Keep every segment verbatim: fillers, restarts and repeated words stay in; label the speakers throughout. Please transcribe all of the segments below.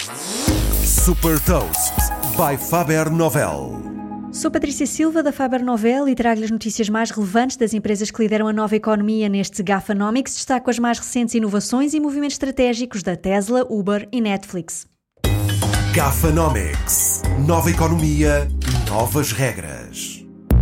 Speaker 1: Super Toast by Faber Novel.
Speaker 2: Sou Patrícia Silva da Faber Novel e trago-lhe as notícias mais relevantes das empresas que lideram a nova economia neste Gafanomics. Destaco as mais recentes inovações e movimentos estratégicos da Tesla, Uber e Netflix.
Speaker 1: Gafanomics. Nova economia, novas regras.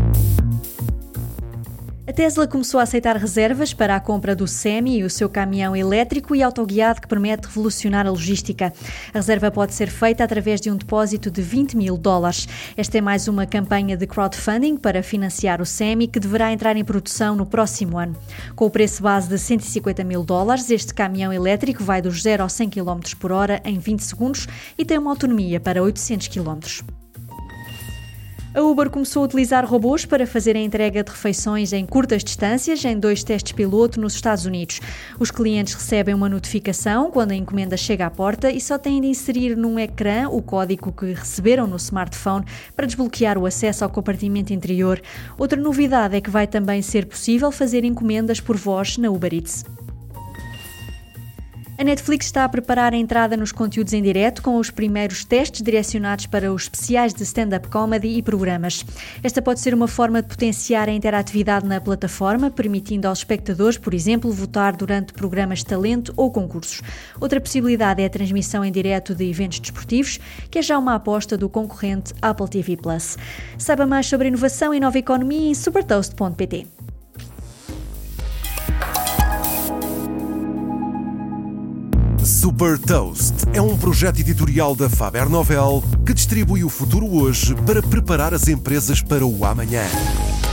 Speaker 2: A Tesla começou a aceitar reservas para a compra do Semi, o seu caminhão elétrico e autoguiado que promete revolucionar a logística. A reserva pode ser feita através de um depósito de vinte mil dólares. Esta é mais uma campanha de crowdfunding para financiar o Semi, que deverá entrar em produção no próximo ano. Com o preço base de cento e cinquenta mil dólares, este caminhão elétrico vai dos zero aos cem quilómetros por hora em vinte segundos e tem uma autonomia para oitocentos quilómetros. A Uber começou a utilizar robôs para fazer a entrega de refeições em curtas distâncias em dois testes piloto nos Estados Unidos. Os clientes recebem uma notificação quando a encomenda chega à porta e só têm de inserir num ecrã o código que receberam no smartphone para desbloquear o acesso ao compartimento interior. Outra novidade é que vai também ser possível fazer encomendas por voz na Uber Eats. A Netflix está a preparar a entrada nos conteúdos em direto com os primeiros testes direcionados para os especiais de stand-up comedy e programas. Esta pode ser uma forma de potenciar a interatividade na plataforma, permitindo aos espectadores, por exemplo, votar durante programas de talento ou concursos. Outra possibilidade é a transmissão em direto de eventos desportivos, que é já uma aposta do concorrente Apple T V Plus. Saiba mais sobre inovação e nova economia em supertoast ponto pt.
Speaker 1: Super Toast é um projeto editorial da Faber Novel que distribui o futuro hoje para preparar as empresas para o amanhã.